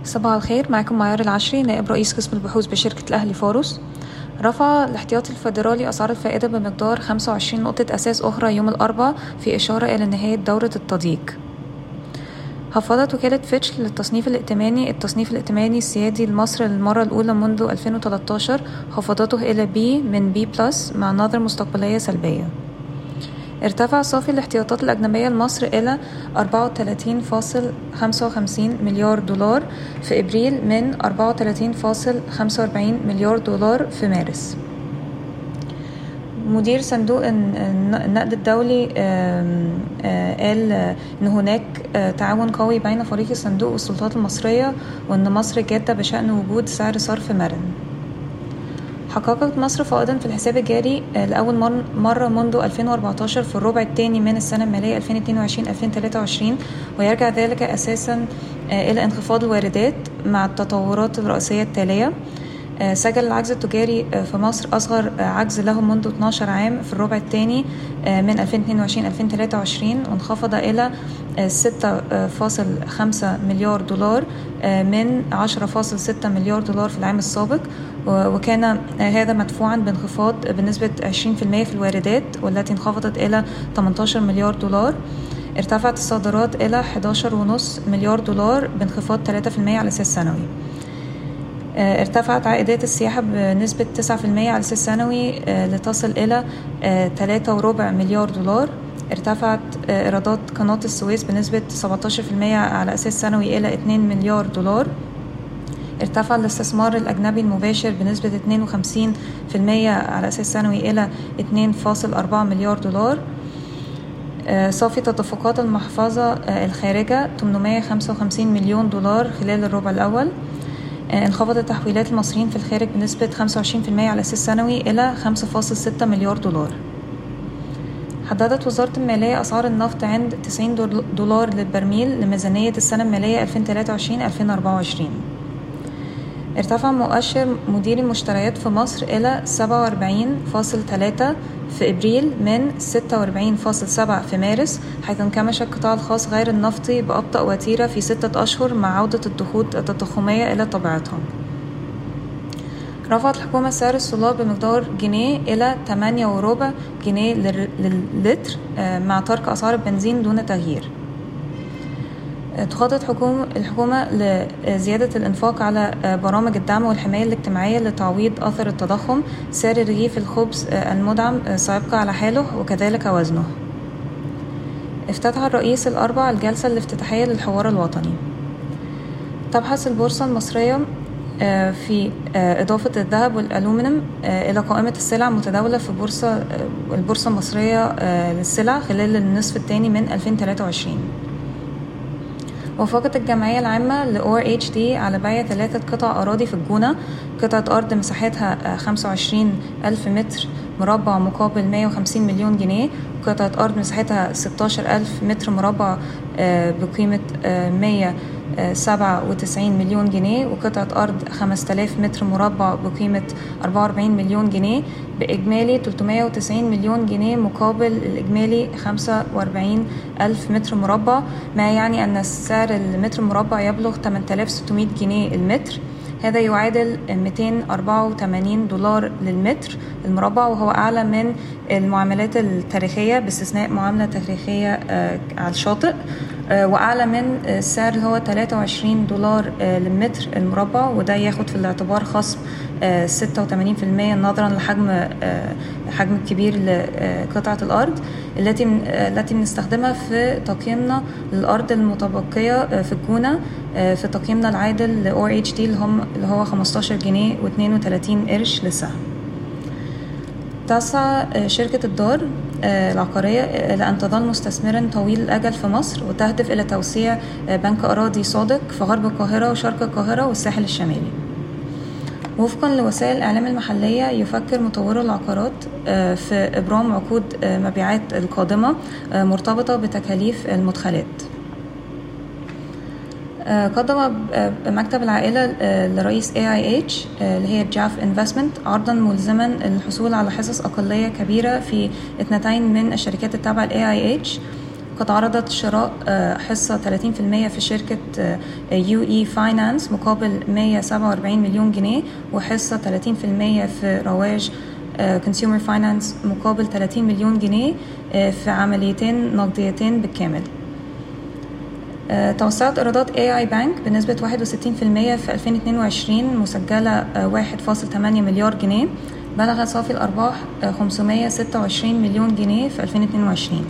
صباح الخير، معكم معيار العشري نائب رئيس قسم البحوث بشركة الأهلي فاروس. رفع الاحتياطي الفيدرالي أسعار الفائدة بمقدار 25 نقطة أساس أخرى يوم الأربعاء في إشارة إلى نهاية دورة التضييق. خفضت وكالة فيتش للتصنيف التصنيف الائتماني السيادي لمصر للمرة الأولى منذ 2013، خفضته إلى B من B+ مع نظرة مستقبلية سلبية. ارتفع صافي الاحتياطات الأجنبية لمصر إلى 34.55 مليار دولار في إبريل من 34.45 مليار دولار في مارس. مدير صندوق النقد الدولي قال إن هناك تعاون قوي بين فريق الصندوق والسلطات المصرية، وإن مصر جادة بشأن وجود سعر صرف مرن. حققت مصر فائضا في الحساب الجاري لأول مرة منذ 2014 في الربع الثاني من السنة المالية 2022-2023، ويرجع ذلك أساسا إلى انخفاض الواردات مع التطورات الرئيسية التالية. سجل العجز التجاري في مصر أصغر عجز له منذ 12 عام في الربع الثاني من 2022-2023، وانخفض إلى 6.5 مليار دولار من 10.6 مليار دولار في العام السابق، وكان هذا مدفوعا بانخفاض بنسبة 20% في الواردات والتي انخفضت إلى 18 مليار دولار. ارتفعت الصادرات إلى 11.5 مليار دولار بانخفاض 3% على أساس سنوي. ارتفعت عائدات السياحة بنسبة 9% على أساس سنوي لتصل إلى 3.25 مليار دولار. ارتفعت إيرادات قناة السويس بنسبة 17% على أساس سنوي إلى 2 مليار دولار. ارتفع الاستثمار الأجنبي المباشر بنسبة 52% على أساس سنوي إلى 2.4 مليار دولار. صافي تدفقات المحفظة الخارجة 855 مليون دولار خلال الربع الأول. انخفضت تحويلات المصريين في الخارج بنسبة 25% على أساس سنوي إلى 5.6 مليار دولار. حددت وزارة المالية أسعار النفط عند 90 دولار للبرميل لميزانية السنة المالية 2023-2024. ارتفع مؤشر مدير المشتريات في مصر إلى 47.3 في إبريل من 46.7 في مارس، حيث انكمش القطاع الخاص غير النفطي بأبطأ وتيرة في 6 أشهر مع عودة الضغوط التضخمية إلى طبيعتها. رفعت الحكومة سعر السولار بمقدار جنيه إلى 8.25 جنيه للتر مع ترك أسعار البنزين دون تغيير. تخطط الحكومة لزيادة الإنفاق على برامج الدعم والحماية الاجتماعية لتعويض أثر التضخم. سعر رغيف الخبز المدعم سيبقى على حاله وكذلك وزنه. افتتح الرئيس الأربعاء الجلسة الافتتاحية للحوار الوطني. تبحث البورصة المصرية في إضافة الذهب والألومنيوم إلى قائمة السلع المتداولة في البورصة المصرية للسلع خلال النصف الثاني من 2023. وافقت الجمعية العامة لORHD على بيع 3 قطع أراضي في الجونة، قطعة أرض مساحتها 25,000 متر مربع مقابل 150 مليون جنيه، قطعة أرض مساحتها 16,000 متر مربع بقيمة 197 مليون جنيه، وقطعة أرض 5,000 متر مربع بقيمة 44 مليون جنيه، بإجمالي 390 مليون جنيه مقابل الإجمالي 45,000 متر مربع، ما يعني أن سعر المتر مربع يبلغ 8,600 جنيه المتر. هذا يعادل 284 دولار للمتر المربع، وهو أعلى من المعاملات التاريخية باستثناء معاملة تاريخية على الشاطئ، وأعلى من السعر اللي هو 23 دولار للمتر المربع، وده ياخد في الاعتبار خصم 86% نظرا لحجم كبير لقطعة الأرض التي بنستخدمها في تقييمنا للأرض المتبقية في الجونة في تقييمنا العادل لORHD اللي هو 15 جنيه و32 قرش للسهم. تسعى شركة الدار العقارية إلى أن تظل مستثمرا طويل الأجل في مصر، وتهدف إلى توسيع بنك أراضي صادق في غرب القاهرة وشرق القاهرة والساحل الشمالي. وفقا لوسائل الإعلام المحلية، يفكر مطور العقارات في إبرام عقود مبيعات القادمة مرتبطة بتكاليف المدخلات. قدم مكتب العائلة لرئيس AIH اللي هي جاف انفستمنت عرضا ملزما للحصول على حصص أقلية كبيرة في 2 من الشركات التابعة ل AIH. قد عرضت شراء حصة 30% في شركة UE Finance مقابل 147 مليون جنيه، وحصة 30% في رواج Consumer Finance مقابل 30 مليون جنيه في عمليتين نقديتين بالكامل. توسعت إيرادات AI Bank بنسبة 61% في 2022 مسجلة 1.8 مليار جنيه، بلغ صافي الأرباح 526 مليون جنيه في 2022.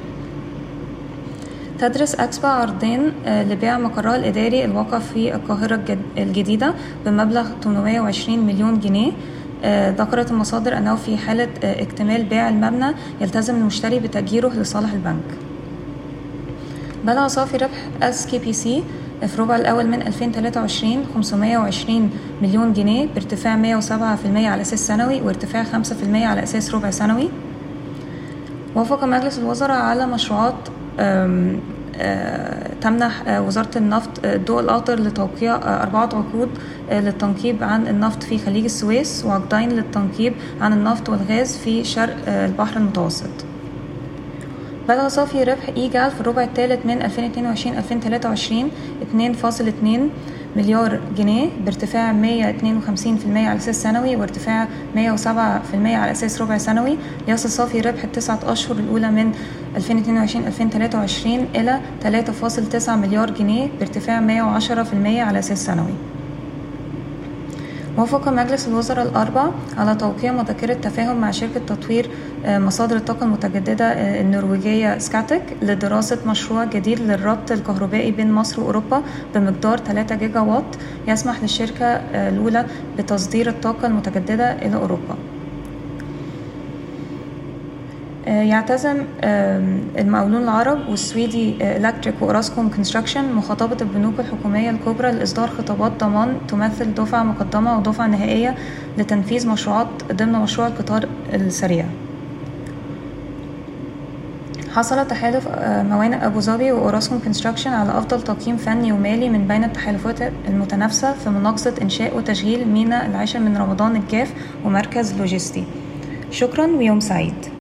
تدرس أكسبا عرضين لبيع مقرها الإداري الواقع في القاهرة الجديدة بمبلغ 820 مليون جنيه. ذكرت المصادر أنه في حالة اكتمال بيع المبنى يلتزم المشتري بتأجيره لصالح البنك. بلغ صافي ربح SKPC في الربع الأول من 2023 520 مليون جنيه بارتفاع 107% على أساس سنوي وارتفاع 5% على أساس ربع سنوي. وافق مجلس الوزراء على مشروعات تمنح وزارة النفط الضوء الأخضر لتوقيع 4 عقود للتنقيب عن النفط في خليج السويس وعقدين للتنقيب عن النفط والغاز في شرق البحر المتوسط. بلغ صافي ربح إيجال في الربع الثالث من 2022-2023 2.2 مليار جنيه بارتفاع 152% على أساس سنوي وارتفاع 107% على أساس ربع سنوي، ليصل صافي ربح التسعة أشهر الأولى من 2022-2023 إلى 3.9 مليار جنيه بارتفاع 110% على أساس سنوي. وافق مجلس الوزراء الأربع على توقيع مذكرة تفاهم مع شركة تطوير مصادر الطاقة المتجددة النرويجية سكاتك لدراسة مشروع جديد للربط الكهربائي بين مصر وأوروبا بمقدار 3 جيجا وات يسمح للشركة الأولى بتصدير الطاقة المتجددة إلى أوروبا. يعتزم المقاولون العرب والسويدي إلكتريك وأوراسكوم كونستراكشن مخاطبة البنوك الحكومية الكبرى لإصدار خطابات ضمان تمثل دفعة مقدمة ودفعة نهائية لتنفيذ مشروعات ضمن مشروع القطار السريع. حصل تحالف موانئ أبو ظبي وأوراسكوم كونستراكشن على أفضل تقييم فني ومالي من بين التحالفات المتنافسة في مناقصة إنشاء وتشغيل ميناء 10 من رمضان الجاف ومركز لوجستي. شكرا ويوم سعيد.